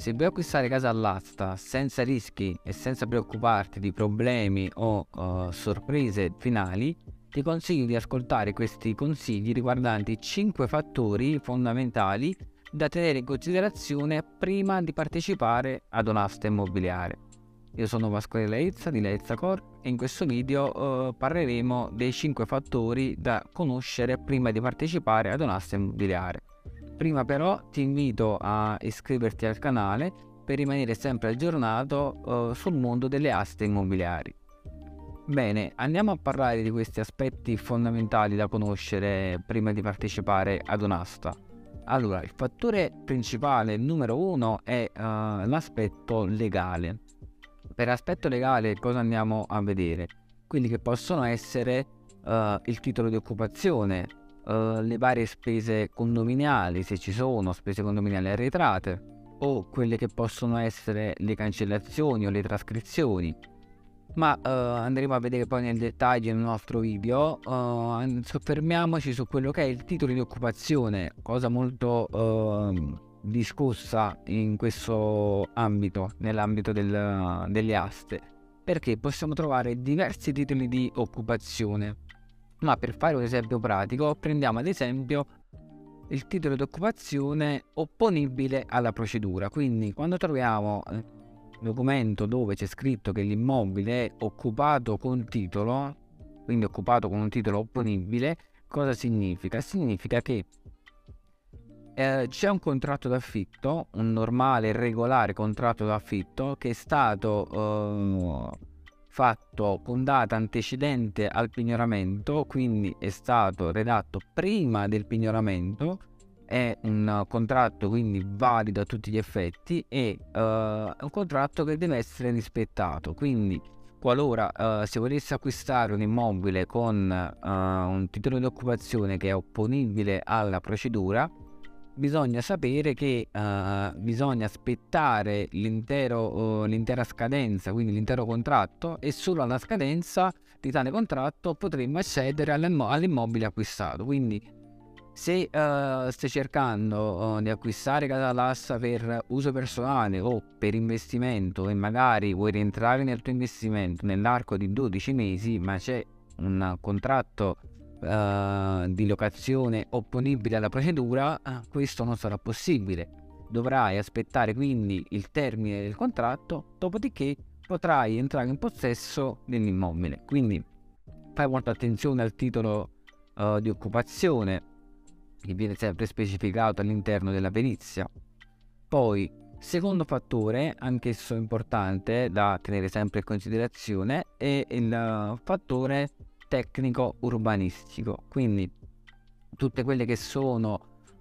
se vuoi acquistare casa all'asta senza rischi e senza preoccuparti di problemi o sorprese finali, ti consiglio di ascoltare questi consigli riguardanti 5 fattori fondamentali da tenere in considerazione prima di partecipare ad un'asta immobiliare. Io sono Pasquale Leizza di Leizza Corp e in questo video parleremo dei 5 fattori da conoscere prima di partecipare ad un'asta immobiliare. Prima però ti invito a iscriverti al canale per rimanere sempre aggiornato sul mondo delle aste immobiliari. Bene, andiamo a parlare di questi aspetti fondamentali da conoscere prima di partecipare ad un'asta. Allora, il fattore principale, numero 1, è l'aspetto legale. Per aspetto legale cosa andiamo a vedere? Quelli che possono essere il titolo di occupazione, le varie spese condominiali, se ci sono spese condominiali arretrate, o quelle che possono essere le cancellazioni o le trascrizioni. Ma andremo a vedere poi nel dettaglio in un altro video. Soffermiamoci su quello che è il titolo di occupazione, cosa molto discussa in questo ambito, nell'ambito delle aste, perché possiamo trovare diversi titoli di occupazione. Ma per fare un esempio pratico, prendiamo ad esempio il titolo di occupazione opponibile alla procedura. Quindi quando troviamo un documento dove c'è scritto che l'immobile è occupato con titolo, quindi occupato con un titolo opponibile, cosa significa? Significa che c'è un contratto d'affitto, un normale, regolare contratto d'affitto che è stato fatto con data antecedente al pignoramento, quindi è stato redatto prima del pignoramento, è un contratto quindi valido a tutti gli effetti e è un contratto che deve essere rispettato. Quindi qualora si volesse acquistare un immobile con un titolo di occupazione che è opponibile alla procedura, bisogna sapere che bisogna aspettare l'intera scadenza, quindi l'intero contratto, e solo alla scadenza di tale contratto potremmo accedere all'immobile acquistato. Quindi se stai cercando di acquistare casa all'asta per uso personale o per investimento e magari vuoi rientrare nel tuo investimento nell'arco di 12 mesi, ma c'è un contratto di locazione opponibile alla procedura, questo non sarà possibile. Dovrai aspettare quindi il termine del contratto, dopodiché potrai entrare in possesso dell'immobile. Quindi fai molta attenzione al titolo di occupazione, che viene sempre specificato all'interno della perizia. Poi, secondo fattore, anch'esso importante da tenere sempre in considerazione, è il fattore tecnico urbanistico. Quindi tutte quelle che sono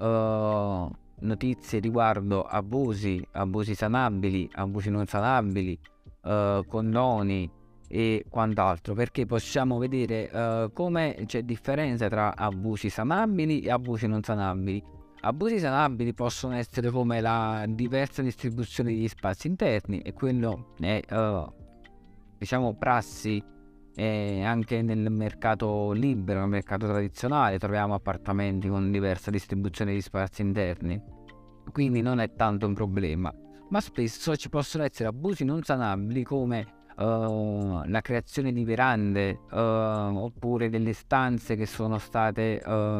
notizie riguardo abusi sanabili, abusi non sanabili, condoni e quant'altro, perché possiamo vedere come c'è differenza tra abusi sanabili e abusi non sanabili. Abusi sanabili possono essere come la diversa distribuzione degli spazi interni, e quello è diciamo prassi anche nel mercato libero, nel mercato tradizionale troviamo appartamenti con diversa distribuzione di spazi interni, quindi non è tanto un problema. Ma spesso ci possono essere abusi non sanabili come la creazione di verande oppure delle stanze che sono state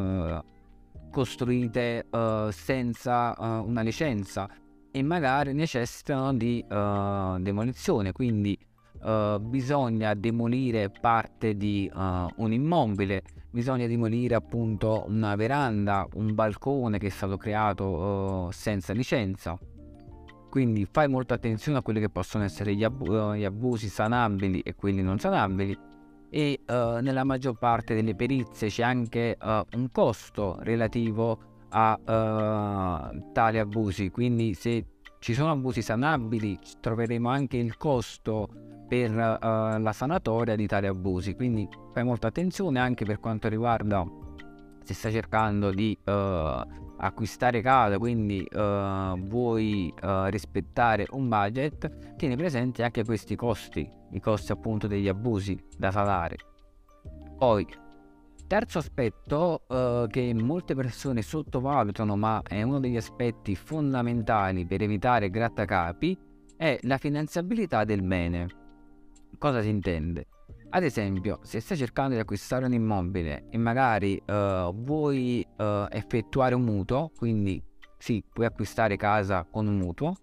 costruite senza una licenza e magari necessitano di demolizione. Quindi bisogna demolire parte di un immobile, bisogna demolire appunto una veranda, un balcone che è stato creato senza licenza. Quindi fai molta attenzione a quelli che possono essere gli abusi sanabili e quelli non sanabili, e nella maggior parte delle perizie c'è anche un costo relativo a tali abusi. Quindi se ci sono abusi sanabili troveremo anche il costo per la sanatoria di tali abusi. Quindi fai molta attenzione anche per quanto riguarda se stai cercando di acquistare casa, quindi vuoi rispettare un budget, tieni presente anche questi costi, i costi appunto degli abusi da sanare. Poi Terzo aspetto che molte persone sottovalutano, ma è uno degli aspetti fondamentali per evitare grattacapi, è la finanziabilità del bene. Cosa si intende? Ad esempio, se stai cercando di acquistare un immobile e magari vuoi effettuare un mutuo, quindi sì, puoi acquistare casa con un mutuo,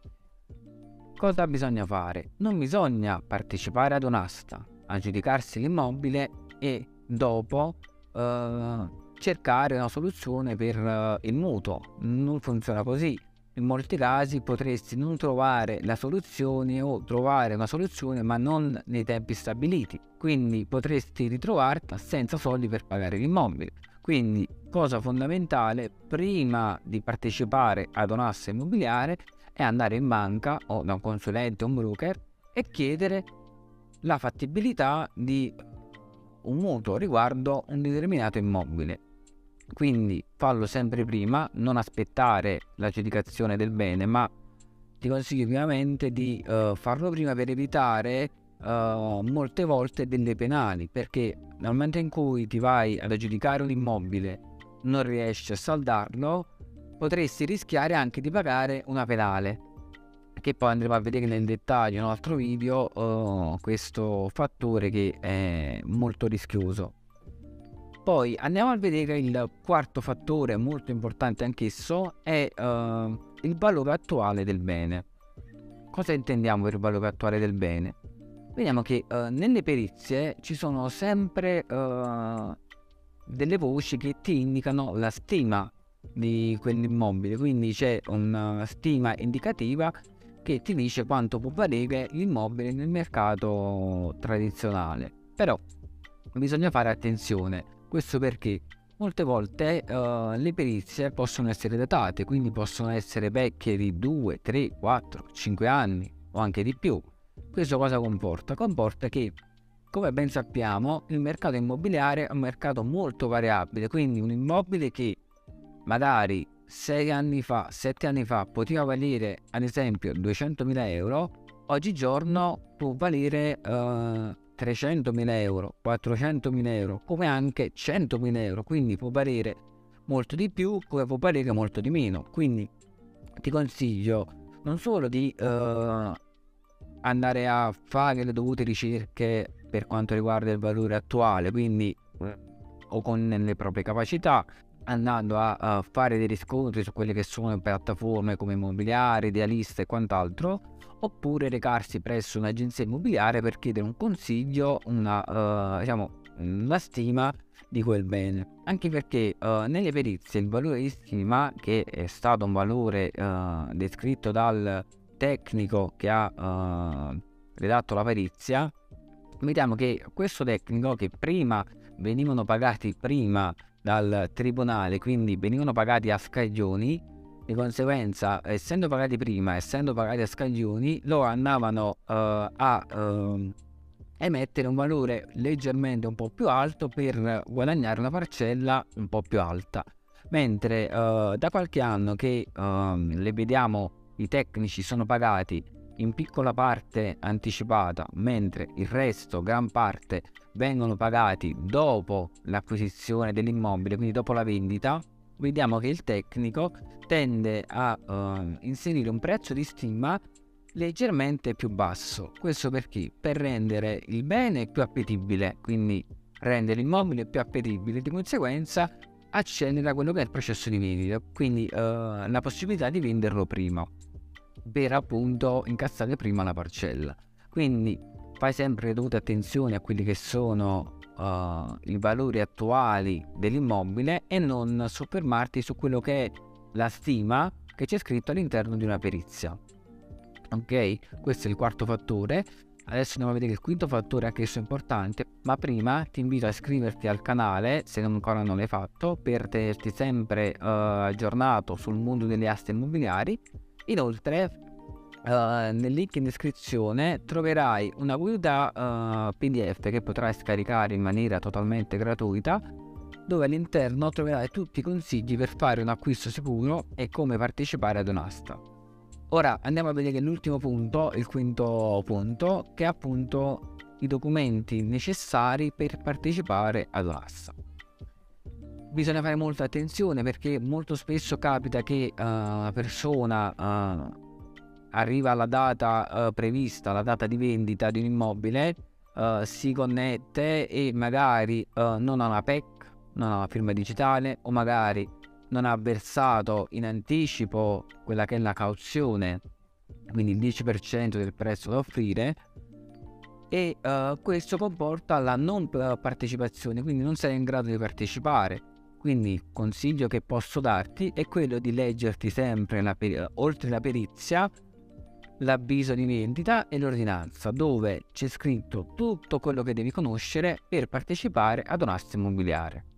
cosa bisogna fare? Non bisogna partecipare ad un'asta, aggiudicarsi l'immobile e dopo cercare una soluzione per il mutuo. Non funziona così. In molti casi potresti non trovare la soluzione o trovare una soluzione ma non nei tempi stabiliti, quindi potresti ritrovarti senza soldi per pagare l'immobile. Quindi, cosa fondamentale, prima di partecipare ad un'asta immobiliare è andare in banca o da un consulente o un broker e chiedere la fattibilità di un mutuo riguardo un determinato immobile. Quindi fallo sempre prima, non aspettare l'aggiudicazione del bene, ma ti consiglio vivamente di farlo prima per evitare molte volte delle penali, perché nel momento in cui ti vai ad aggiudicare un immobile, non riesci a saldarlo, potresti rischiare anche di pagare una penale, che poi andremo a vedere nel dettaglio in un altro video, questo fattore che è molto rischioso. Poi andiamo a vedere il quarto fattore, molto importante anch'esso, è il valore attuale del bene. Cosa intendiamo per valore attuale del bene? Vediamo che nelle perizie ci sono sempre delle voci che ti indicano la stima di quell'immobile, quindi c'è una stima indicativa che ti dice quanto può valere l'immobile nel mercato tradizionale. Però bisogna fare attenzione, questo perché molte volte le perizie possono essere datate, quindi possono essere vecchie di 2, 3, 4, 5 anni o anche di più. Questo cosa comporta? Comporta che, come ben sappiamo, il mercato immobiliare è un mercato molto variabile, quindi un immobile che magari 6 anni fa, 7 anni fa poteva valere ad esempio 200.000 euro, oggigiorno può valere 300.000 euro, 400.000 euro, come anche 100.000 euro, quindi può valere molto di più, come può valere molto di meno. Quindi ti consiglio non solo di andare a fare le dovute ricerche per quanto riguarda il valore attuale, quindi o con le proprie capacità, andando a fare dei riscontri su quelle che sono piattaforme come Immobiliare, Idealista e quant'altro, oppure recarsi presso un'agenzia immobiliare per chiedere un consiglio, una stima di quel bene. Anche perché nelle perizie il valore di stima, che è stato un valore descritto dal tecnico che ha redatto la perizia, vediamo che questo tecnico, che prima venivano pagati prima dal tribunale, quindi venivano pagati a scaglioni, di conseguenza, essendo pagati prima, essendo pagati a scaglioni, loro andavano a emettere un valore leggermente un po' più alto per guadagnare una parcella un po' più alta. Mentre da qualche anno che le vediamo, i tecnici sono pagati in piccola parte anticipata, mentre il resto, gran parte, vengono pagati dopo l'acquisizione dell'immobile, quindi dopo la vendita, vediamo che il tecnico tende a inserire un prezzo di stima leggermente più basso. Questo perché? Per rendere il bene più appetibile, quindi rendere l'immobile più appetibile, di conseguenza accelera quello che è il processo di vendita, quindi la possibilità di venderlo prima, per appunto incassare prima la parcella. Quindi fai sempre dovute attenzione a quelli che sono i valori attuali dell'immobile e non soffermarti su quello che è la stima che c'è scritto all'interno di una perizia. Ok, questo è il quarto fattore. Adesso andiamo a vedere il quinto fattore, anche esso importante, ma prima ti invito a iscriverti al canale se ancora non l'hai fatto, per tenerti sempre aggiornato sul mondo delle aste immobiliari. Inoltre nel link in descrizione troverai una guida PDF che potrai scaricare in maniera totalmente gratuita, dove all'interno troverai tutti i consigli per fare un acquisto sicuro e come partecipare ad un'asta. Ora andiamo a vedere l'ultimo punto, il quinto punto, che è appunto i documenti necessari per partecipare ad un'asta. bisogna fare molta attenzione, perché molto spesso capita che una persona arriva alla data prevista, la data di vendita di un immobile, si connette e magari non ha una PEC, non ha una firma digitale, o magari non ha versato in anticipo quella che è la cauzione, quindi il 10% del prezzo da offrire, e questo comporta la non partecipazione, quindi non sei in grado di partecipare. Quindi il consiglio che posso darti è quello di leggerti sempre oltre la perizia, l'avviso di vendita e l'ordinanza, dove c'è scritto tutto quello che devi conoscere per partecipare ad un aste immobiliare.